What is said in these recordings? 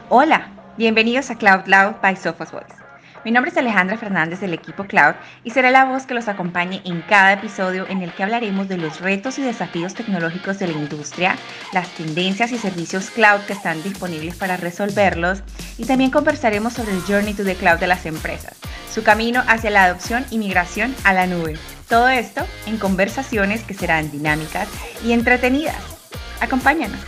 Hola, bienvenidos a Cloud Loud by Sophos Voice. Mi nombre es Alejandra Fernández del equipo Cloud y seré la voz que los acompañe en cada episodio en el que hablaremos de los retos y desafíos tecnológicos de la industria, las tendencias y servicios cloud que están disponibles para resolverlos y también conversaremos sobre el Journey to the Cloud de las empresas, su camino hacia la adopción y migración a la nube. Todo esto en conversaciones que serán dinámicas y entretenidas. Acompáñanos.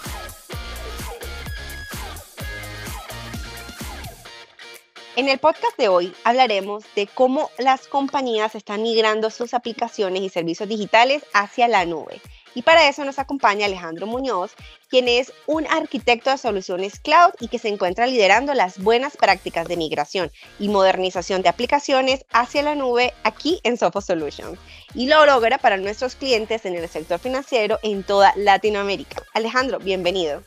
En el podcast de hoy hablaremos de cómo las compañías están migrando sus aplicaciones y servicios digitales hacia la nube. Y para eso nos acompaña Alejandro Muñoz, quien es un arquitecto de soluciones cloud y que se encuentra liderando las buenas prácticas de migración y modernización de aplicaciones hacia la nube aquí en Sophos Solutions. Y lo logra para nuestros clientes en el sector financiero en toda Latinoamérica. Alejandro, bienvenido.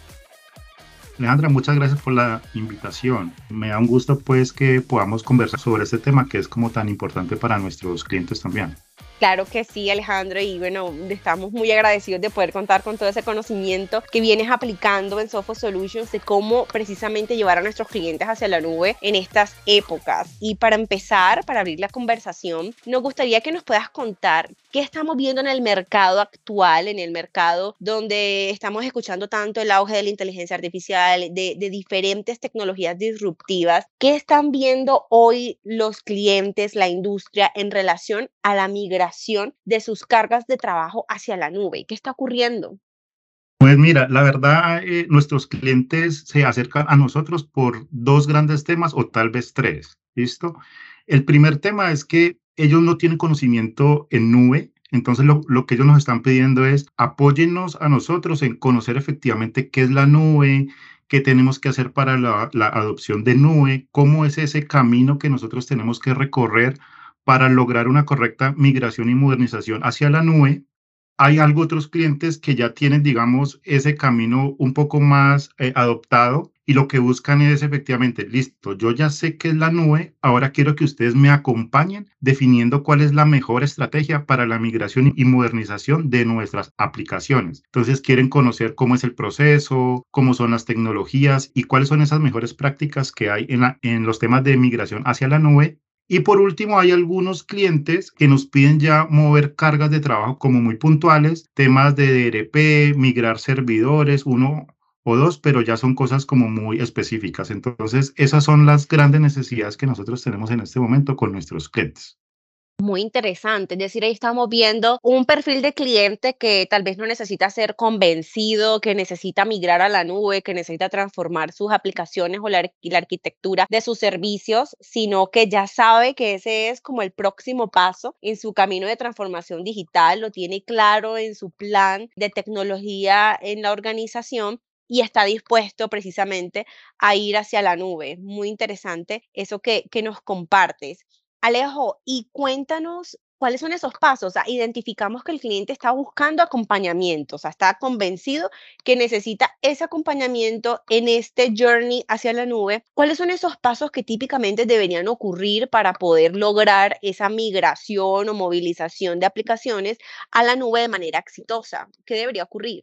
Alejandra, muchas gracias por la invitación. Me da un gusto pues que podamos conversar sobre este tema que es como tan importante para nuestros clientes también. Claro que sí, Alejandro, y bueno, estamos muy agradecidos de poder contar con todo ese conocimiento que vienes aplicando en Sophos Solutions de cómo precisamente llevar a nuestros clientes hacia la nube en estas épocas. Y para empezar, para abrir la conversación, nos gustaría que nos puedas contar qué estamos viendo en el mercado actual, en el mercado donde estamos escuchando tanto el auge de la inteligencia artificial, de diferentes tecnologías disruptivas. ¿Qué están viendo hoy los clientes, la industria en relación a la migración de sus cargas de trabajo hacia la nube? ¿Qué está ocurriendo? Pues mira, la verdad, nuestros clientes se acercan a nosotros por dos grandes temas o tal vez tres, ¿listo? El primer tema es que ellos no tienen conocimiento en nube, entonces lo que ellos nos están pidiendo es apóyennos a nosotros en conocer efectivamente qué es la nube, qué tenemos que hacer para la adopción de nube, cómo es ese camino que nosotros tenemos que recorrer para lograr una correcta migración y modernización hacia la nube. Hay algo otros clientes que ya tienen, digamos, ese camino un poco más adoptado y lo que buscan es efectivamente, listo, yo ya sé qué es la nube, ahora quiero que ustedes me acompañen definiendo cuál es la mejor estrategia para la migración y modernización de nuestras aplicaciones. Entonces quieren conocer cómo es el proceso, cómo son las tecnologías y cuáles son esas mejores prácticas que hay en los temas de migración hacia la nube. Y por último, hay algunos clientes que nos piden ya mover cargas de trabajo como muy puntuales, temas de DRP, migrar servidores, uno o dos, pero ya son cosas como muy específicas. Entonces, esas son las grandes necesidades que nosotros tenemos en este momento con nuestros clientes. Muy interesante, es decir, ahí estamos viendo un perfil de cliente que tal vez no necesita ser convencido, que necesita migrar a la nube, que necesita transformar sus aplicaciones o la arquitectura de sus servicios, sino que ya sabe que ese es como el próximo paso en su camino de transformación digital, lo tiene claro en su plan de tecnología en la organización y está dispuesto precisamente a ir hacia la nube. Muy interesante eso que nos compartes. Alejo, y cuéntanos cuáles son esos pasos. O sea, identificamos que el cliente está buscando acompañamiento, o sea, está convencido que necesita ese acompañamiento en este journey hacia la nube. ¿Cuáles son esos pasos que típicamente deberían ocurrir para poder lograr esa migración o movilización de aplicaciones a la nube de manera exitosa? ¿Qué debería ocurrir?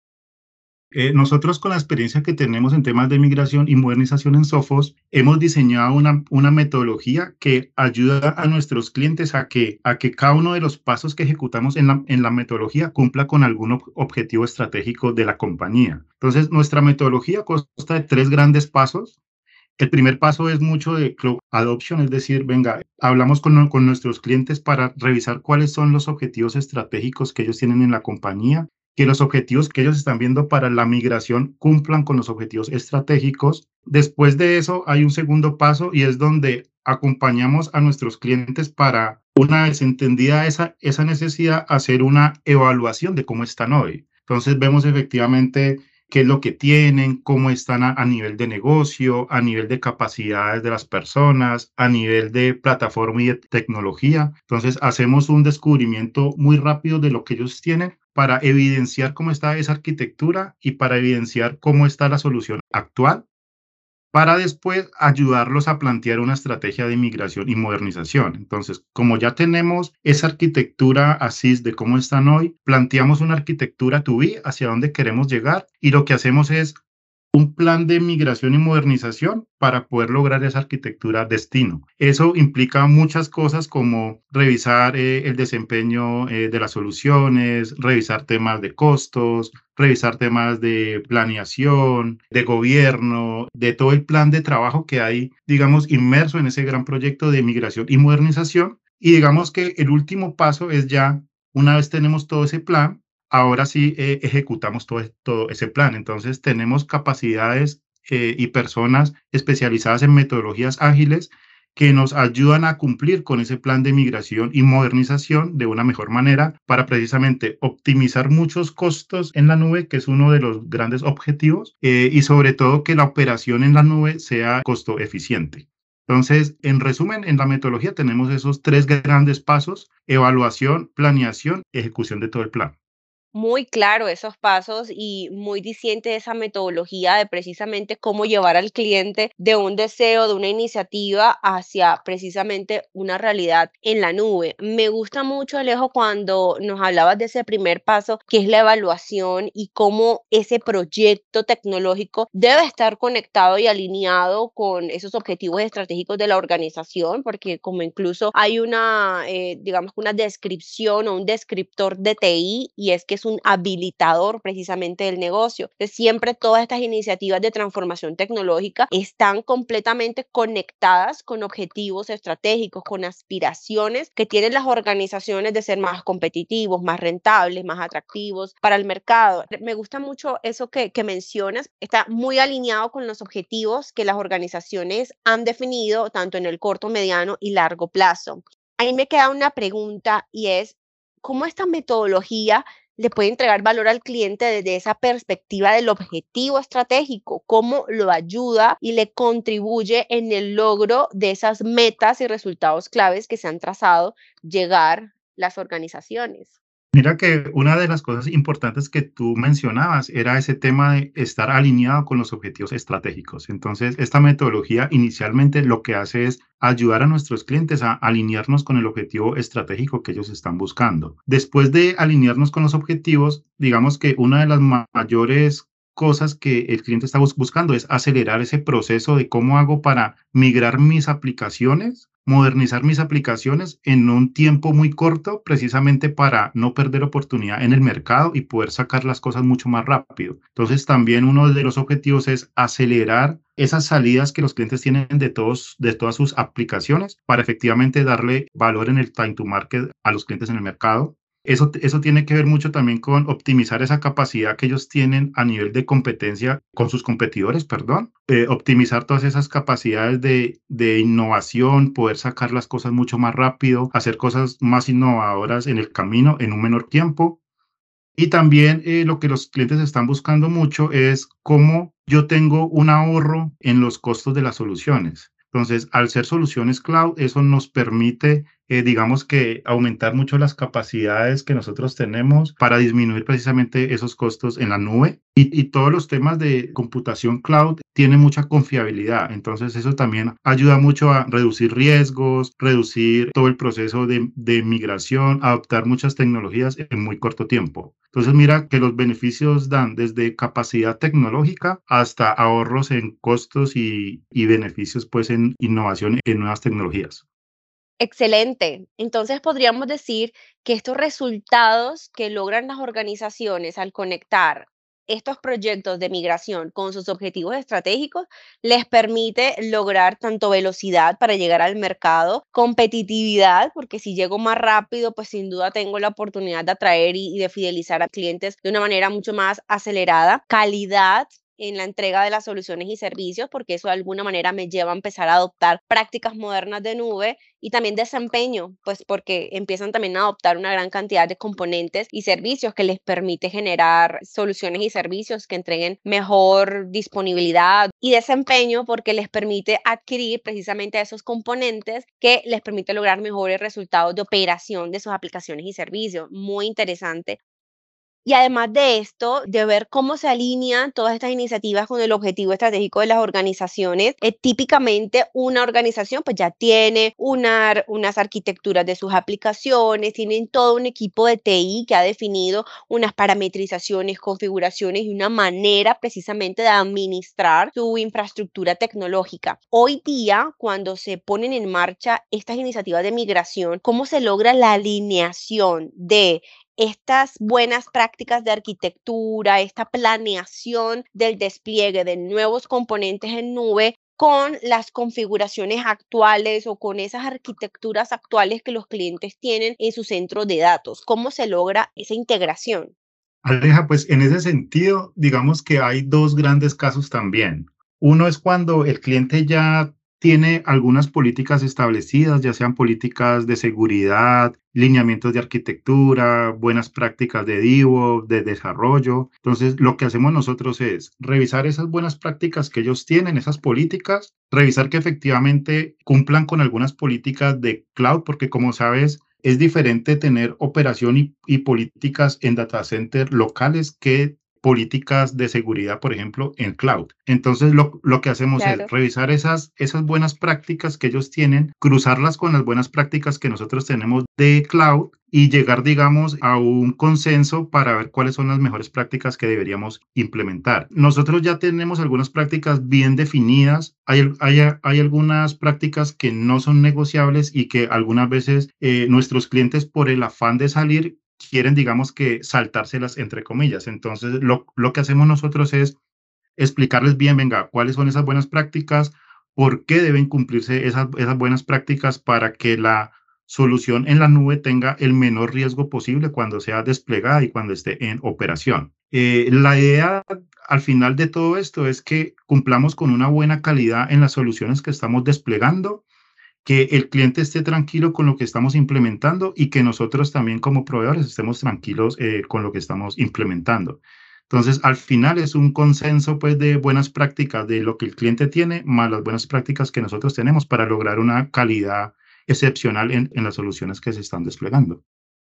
Nosotros con la experiencia que tenemos en temas de migración y modernización en Sophos, hemos diseñado una metodología que ayuda a nuestros clientes a que cada uno de los pasos que ejecutamos en la metodología cumpla con algún objetivo estratégico de la compañía. Entonces, nuestra metodología consta de tres grandes pasos. El primer paso es mucho de cloud adoption, es decir, venga, hablamos con nuestros clientes para revisar cuáles son los objetivos estratégicos que ellos tienen en la compañía, que los objetivos que ellos están viendo para la migración cumplan con los objetivos estratégicos. Después de eso hay un segundo paso y es donde acompañamos a nuestros clientes para, una vez entendida esa necesidad, hacer una evaluación de cómo están hoy. Entonces vemos efectivamente qué es lo que tienen, cómo están a nivel de negocio, a nivel de capacidades de las personas, a nivel de plataforma y de tecnología. Entonces hacemos un descubrimiento muy rápido de lo que ellos tienen para evidenciar cómo está esa arquitectura y para evidenciar cómo está la solución actual para después ayudarlos a plantear una estrategia de migración y modernización. Entonces, como ya tenemos esa arquitectura así de cómo están hoy, planteamos una arquitectura to be hacia dónde queremos llegar y lo que hacemos es un plan de migración y modernización para poder lograr esa arquitectura destino. Eso implica muchas cosas como revisar el desempeño de las soluciones, revisar temas de costos, revisar temas de planeación, de gobierno, de todo el plan de trabajo que hay, digamos, inmerso en ese gran proyecto de migración y modernización. Y digamos que el último paso es ya, una vez tenemos todo ese plan, ahora sí ejecutamos todo ese plan. Entonces tenemos capacidades y personas especializadas en metodologías ágiles que nos ayudan a cumplir con ese plan de migración y modernización de una mejor manera para precisamente optimizar muchos costos en la nube, que es uno de los grandes objetivos, y sobre todo que la operación en la nube sea costo eficiente. Entonces, en resumen, en la metodología tenemos esos tres grandes pasos: evaluación, planeación, ejecución de todo el plan. Muy claro esos pasos y muy diciente de esa metodología de precisamente cómo llevar al cliente de un deseo, de una iniciativa hacia precisamente una realidad en la nube. Me gusta mucho, Alejo, cuando nos hablabas de ese primer paso, que es la evaluación y cómo ese proyecto tecnológico debe estar conectado y alineado con esos objetivos estratégicos de la organización, porque como incluso hay una, digamos que una descripción o un descriptor de TI, y es que es un habilitador precisamente del negocio. Entonces, siempre todas estas iniciativas de transformación tecnológica están completamente conectadas con objetivos estratégicos, con aspiraciones que tienen las organizaciones de ser más competitivos, más rentables, más atractivos para el mercado. Me gusta mucho eso que mencionas. Está muy alineado con los objetivos que las organizaciones han definido tanto en el corto, mediano y largo plazo. Ahí me queda una pregunta y es, ¿cómo esta metodología le puede entregar valor al cliente desde esa perspectiva del objetivo estratégico? ¿Cómo lo ayuda y le contribuye en el logro de esas metas y resultados claves que se han trazado llegar las organizaciones? Mira que una de las cosas importantes que tú mencionabas era ese tema de estar alineado con los objetivos estratégicos. Entonces, esta metodología inicialmente lo que hace es ayudar a nuestros clientes a alinearnos con el objetivo estratégico que ellos están buscando. Después de alinearnos con los objetivos, digamos que una de las mayores cosas que el cliente está buscando es acelerar ese proceso de cómo hago para migrar mis aplicaciones, modernizar mis aplicaciones en un tiempo muy corto, precisamente para no perder oportunidad en el mercado y poder sacar las cosas mucho más rápido. Entonces, también uno de los objetivos es acelerar esas salidas que los clientes tienen de todas sus aplicaciones para efectivamente darle valor en el time to market a los clientes en el mercado. Eso tiene que ver mucho también con optimizar esa capacidad que ellos tienen a nivel de competencia con sus competidores, perdón. Optimizar todas esas capacidades de innovación, poder sacar las cosas mucho más rápido, hacer cosas más innovadoras en el camino en un menor tiempo. Y también lo que los clientes están buscando mucho es cómo yo tengo un ahorro en los costos de las soluciones. Entonces, al ser soluciones cloud, eso nos permite, digamos que, aumentar mucho las capacidades que nosotros tenemos para disminuir precisamente esos costos en la nube. Y todos los temas de computación cloud tienen mucha confiabilidad. Entonces, eso también ayuda mucho a reducir riesgos, reducir todo el proceso de migración, adoptar muchas tecnologías en muy corto tiempo. Entonces, mira que los beneficios dan desde capacidad tecnológica hasta ahorros en costos y beneficios pues en innovación en nuevas tecnologías. Excelente. Entonces podríamos decir que estos resultados que logran las organizaciones al conectar estos proyectos de migración con sus objetivos estratégicos les permite lograr tanto velocidad para llegar al mercado, competitividad, porque si llego más rápido, pues sin duda tengo la oportunidad de atraer y de fidelizar a clientes de una manera mucho más acelerada, calidad en la entrega de las soluciones y servicios, porque eso de alguna manera me lleva a empezar a adoptar prácticas modernas de nube y también desempeño, pues porque empiezan también a adoptar una gran cantidad de componentes y servicios que les permite generar soluciones y servicios que entreguen mejor disponibilidad y desempeño porque les permite adquirir precisamente esos componentes que les permite lograr mejores resultados de operación de sus aplicaciones y servicios. Muy interesante. Y además de esto, de ver cómo se alinean todas estas iniciativas con el objetivo estratégico de las organizaciones, típicamente una organización pues ya tiene unas arquitecturas de sus aplicaciones, tienen todo un equipo de TI que ha definido unas parametrizaciones, configuraciones y una manera precisamente de administrar su infraestructura tecnológica. Hoy día, cuando se ponen en marcha estas iniciativas de migración, ¿cómo se logra la alineación de estas buenas prácticas de arquitectura, esta planeación del despliegue de nuevos componentes en nube con las configuraciones actuales o con esas arquitecturas actuales que los clientes tienen en su centro de datos? ¿Cómo se logra esa integración? Aleja, pues en ese sentido, digamos que hay dos grandes casos también. Uno es cuando el cliente ya tiene algunas políticas establecidas, ya sean políticas de seguridad, lineamientos de arquitectura, buenas prácticas de DevOps, de desarrollo. Entonces, lo que hacemos nosotros es revisar esas buenas prácticas que ellos tienen, esas políticas, revisar que efectivamente cumplan con algunas políticas de cloud, porque como sabes, es diferente tener operación y políticas en data center locales que políticas de seguridad, por ejemplo, en cloud. Entonces, lo que hacemos es Claro. revisar esas buenas prácticas que ellos tienen, cruzarlas con las buenas prácticas que nosotros tenemos de cloud y llegar, digamos, a un consenso para ver cuáles son las mejores prácticas que deberíamos implementar. Nosotros ya tenemos algunas prácticas bien definidas. Hay algunas prácticas que no son negociables y que algunas veces nuestros clientes, por el afán de salir, quieren, digamos, que saltárselas entre comillas. Entonces, lo que hacemos nosotros es explicarles bien, venga, cuáles son esas buenas prácticas, por qué deben cumplirse esas buenas prácticas para que la solución en la nube tenga el menor riesgo posible cuando sea desplegada y cuando esté en operación. La idea al final de todo esto es que cumplamos con una buena calidad en las soluciones que estamos desplegando, que el cliente esté tranquilo con lo que estamos implementando y que nosotros también como proveedores estemos tranquilos con lo que estamos implementando. Entonces, al final es un consenso pues de buenas prácticas de lo que el cliente tiene, más las buenas prácticas que nosotros tenemos para lograr una calidad excepcional en las soluciones que se están desplegando.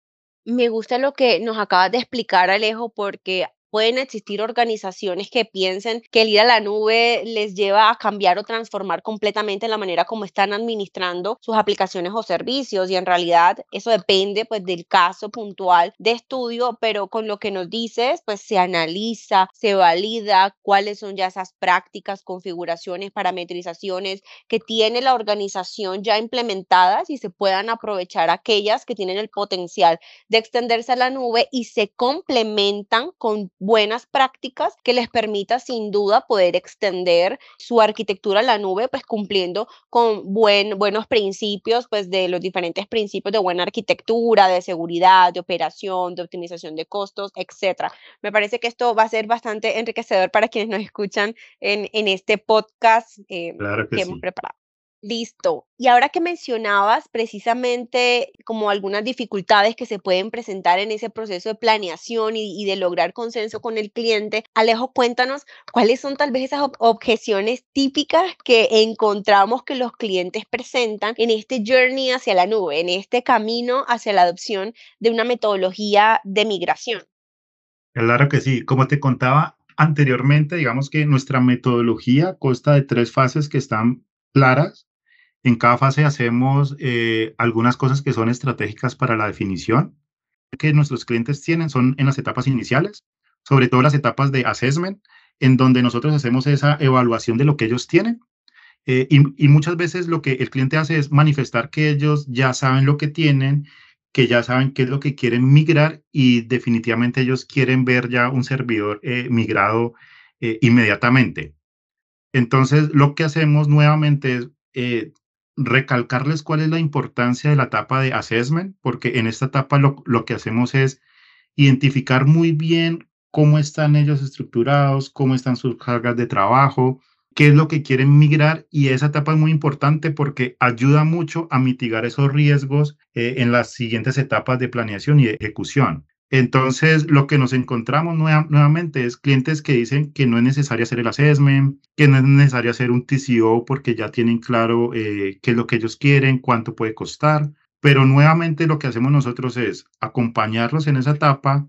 Me gusta lo que nos acabas de explicar, Alejo, porque pueden existir organizaciones que piensen que el ir a la nube les lleva a cambiar o transformar completamente la manera como están administrando sus aplicaciones o servicios, y en realidad eso depende pues del caso puntual de estudio, pero con lo que nos dices pues se analiza, se valida cuáles son ya esas prácticas, configuraciones, parametrizaciones que tiene la organización ya implementadas, y se puedan aprovechar aquellas que tienen el potencial de extenderse a la nube y se complementan con buenas prácticas que les permita sin duda poder extender su arquitectura a la nube, pues cumpliendo con buenos principios, pues de los diferentes principios de buena arquitectura, de seguridad, de operación, de optimización de costos, etcétera. Me parece que esto va a ser bastante enriquecedor para quienes nos escuchan en este podcast Claro que que hemos sí. preparado. Listo. Y ahora que mencionabas precisamente como algunas dificultades que se pueden presentar en ese proceso de planeación y de lograr consenso con el cliente, Alejo, cuéntanos cuáles son tal vez esas objeciones típicas que encontramos que los clientes presentan en este journey hacia la nube, en este camino hacia la adopción de una metodología de migración. Claro que sí. Como te contaba anteriormente, digamos que nuestra metodología consta de tres fases que están claras. En cada fase hacemos algunas cosas que son estratégicas para la definición que nuestros clientes tienen son en las etapas iniciales, sobre todo las etapas de assessment, en donde nosotros hacemos esa evaluación de lo que ellos tienen. Y muchas veces lo que el cliente hace es manifestar que ellos ya saben lo que tienen, que ya saben qué es lo que quieren migrar y definitivamente ellos quieren ver ya un servidor migrado inmediatamente. Entonces, lo que hacemos nuevamente es recalcarles cuál es la importancia de la etapa de assessment, porque en esta etapa lo que hacemos es identificar muy bien cómo están ellos estructurados, cómo están sus cargas de trabajo, qué es lo que quieren migrar, y esa etapa es muy importante porque ayuda mucho a mitigar esos riesgos en las siguientes etapas de planeación y de ejecución. Entonces, lo que nos encontramos nuevamente es clientes que dicen que no es necesario hacer el assessment, que no es necesario hacer un TCO porque ya tienen claro qué es lo que ellos quieren, cuánto puede costar. Pero nuevamente lo que hacemos nosotros es acompañarlos en esa etapa,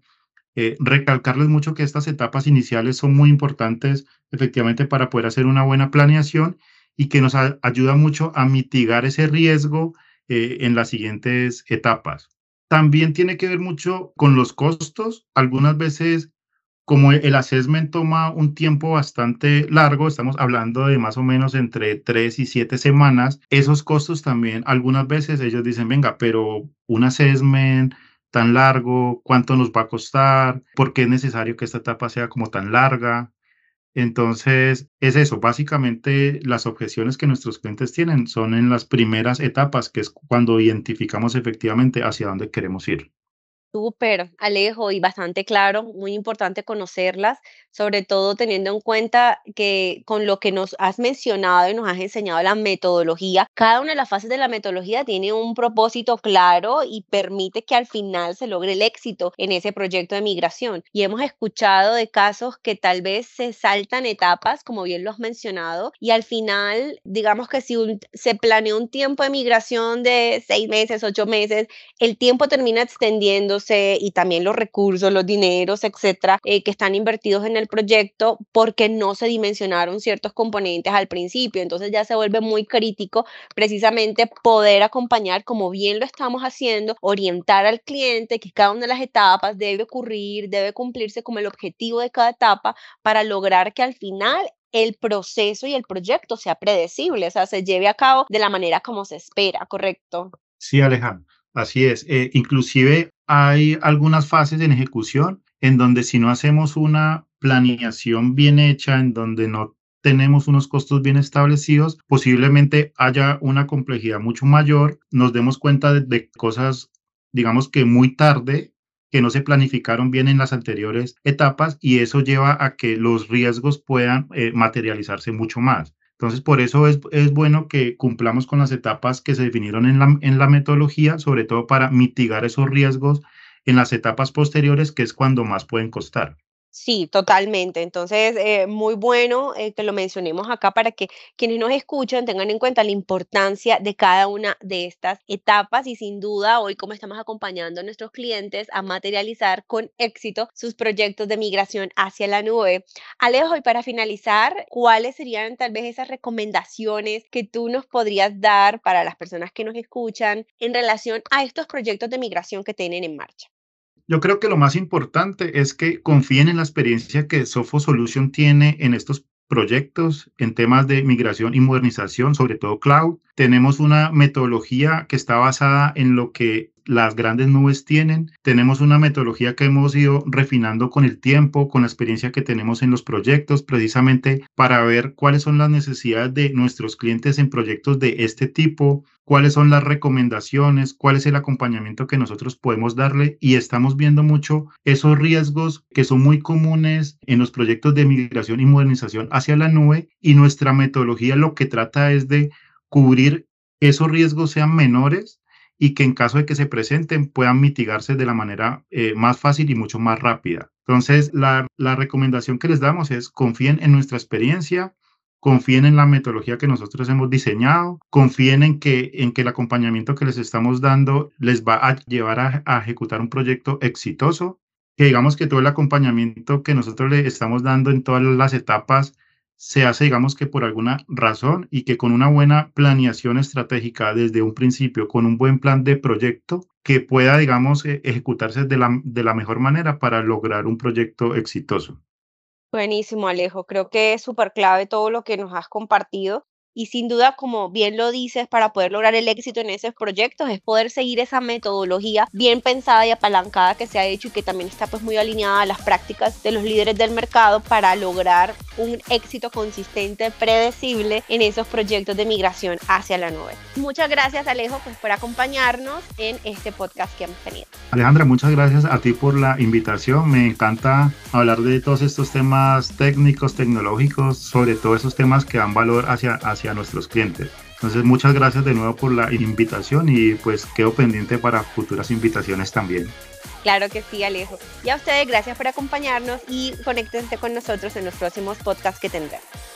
recalcarles mucho que estas etapas iniciales son muy importantes efectivamente para poder hacer una buena planeación y que nos ayuda mucho a mitigar ese riesgo en las siguientes etapas. También tiene que ver mucho con los costos. Algunas veces, como el assessment toma un tiempo bastante largo, estamos hablando de más o menos entre 3 y 7 semanas, esos costos también, algunas veces ellos dicen, venga, pero un assessment tan largo, ¿cuánto nos va a costar? ¿Por qué es necesario que esta etapa sea como tan larga? Entonces, es eso, básicamente las objeciones que nuestros clientes tienen son en las primeras etapas, que es cuando identificamos efectivamente hacia dónde queremos ir. Súper, Alejo, y bastante claro, muy importante conocerlas, sobre todo teniendo en cuenta que con lo que nos has mencionado y nos has enseñado la metodología, cada una de las fases de la metodología tiene un propósito claro y permite que al final se logre el éxito en ese proyecto de migración. Y hemos escuchado de casos que tal vez se saltan etapas, como bien lo has mencionado, y al final, digamos que si se planeó un tiempo de migración de 6 meses, 8 meses, el tiempo termina extendiéndose y también los recursos, los dineros, etcétera, que están invertidos en el proyecto porque no se dimensionaron ciertos componentes al principio. Entonces ya se vuelve muy crítico precisamente poder acompañar, como bien lo estamos haciendo, orientar al cliente que cada una de las etapas debe ocurrir, debe cumplirse como el objetivo de cada etapa para lograr que al final el proceso y el proyecto sea predecible, o sea, se lleve a cabo de la manera como se espera, ¿correcto? Sí, Alejandro, así es. Inclusive hay algunas fases en ejecución en donde si no hacemos una planeación bien hecha, en donde no tenemos unos costos bien establecidos, posiblemente haya una complejidad mucho mayor, nos demos cuenta de cosas, digamos que muy tarde, que no se planificaron bien en las anteriores etapas y eso lleva a que los riesgos puedan materializarse mucho más. Entonces, por eso es bueno que cumplamos con las etapas que se definieron en la metodología, sobre todo para mitigar esos riesgos en las etapas posteriores, que es cuando más pueden costar. Sí, totalmente. Entonces, muy bueno que lo mencionemos acá para que quienes nos escuchan tengan en cuenta la importancia de cada una de estas etapas y sin duda hoy como estamos acompañando a nuestros clientes a materializar con éxito sus proyectos de migración hacia la nube. Alejo, y para finalizar, ¿cuáles serían tal vez esas recomendaciones que tú nos podrías dar para las personas que nos escuchan en relación a estos proyectos de migración que tienen en marcha? Yo creo que lo más importante es que confíen en la experiencia que Sofo Solution tiene en estos proyectos, en temas de migración y modernización, sobre todo cloud. Tenemos una metodología que está basada en lo que las grandes nubes tienen. Tenemos una metodología que hemos ido refinando con el tiempo, con la experiencia que tenemos en los proyectos, precisamente para ver cuáles son las necesidades de nuestros clientes en proyectos de este tipo, cuáles son las recomendaciones, cuál es el acompañamiento que nosotros podemos darle y estamos viendo mucho esos riesgos que son muy comunes en los proyectos de migración y modernización hacia la nube y nuestra metodología lo que trata es de cubrir que esos riesgos sean menores y que en caso de que se presenten puedan mitigarse de la manera más fácil y mucho más rápida. Entonces, la recomendación que les damos es confíen en nuestra experiencia, confíen en la metodología que nosotros hemos diseñado, confíen en que el acompañamiento que les estamos dando les va a llevar a ejecutar un proyecto exitoso, que digamos que todo el acompañamiento que nosotros le estamos dando en todas las etapas se hace, digamos que por alguna razón y que con una buena planeación estratégica desde un principio, con un buen plan de proyecto, que pueda, digamos, ejecutarse de la mejor manera para lograr un proyecto exitoso. Buenísimo, Alejo. Creo que es súper clave todo lo que nos has compartido. Y sin duda, como bien lo dices, para poder lograr el éxito en esos proyectos es poder seguir esa metodología bien pensada y apalancada que se ha hecho y que también está pues muy alineada a las prácticas de los líderes del mercado para lograr un éxito consistente, predecible en esos proyectos de migración hacia la nube. Muchas gracias, Alejo, pues por acompañarnos en este podcast que hemos tenido. Alejandra, muchas gracias a ti por la invitación. Me encanta hablar de todos estos temas técnicos, tecnológicos, sobre todo esos temas que dan valor hacia nuestros clientes. Entonces, muchas gracias de nuevo por la invitación y pues quedo pendiente para futuras invitaciones también. Claro que sí, Alejo. Y a ustedes, gracias por acompañarnos y conéctense con nosotros en los próximos podcasts que tendremos.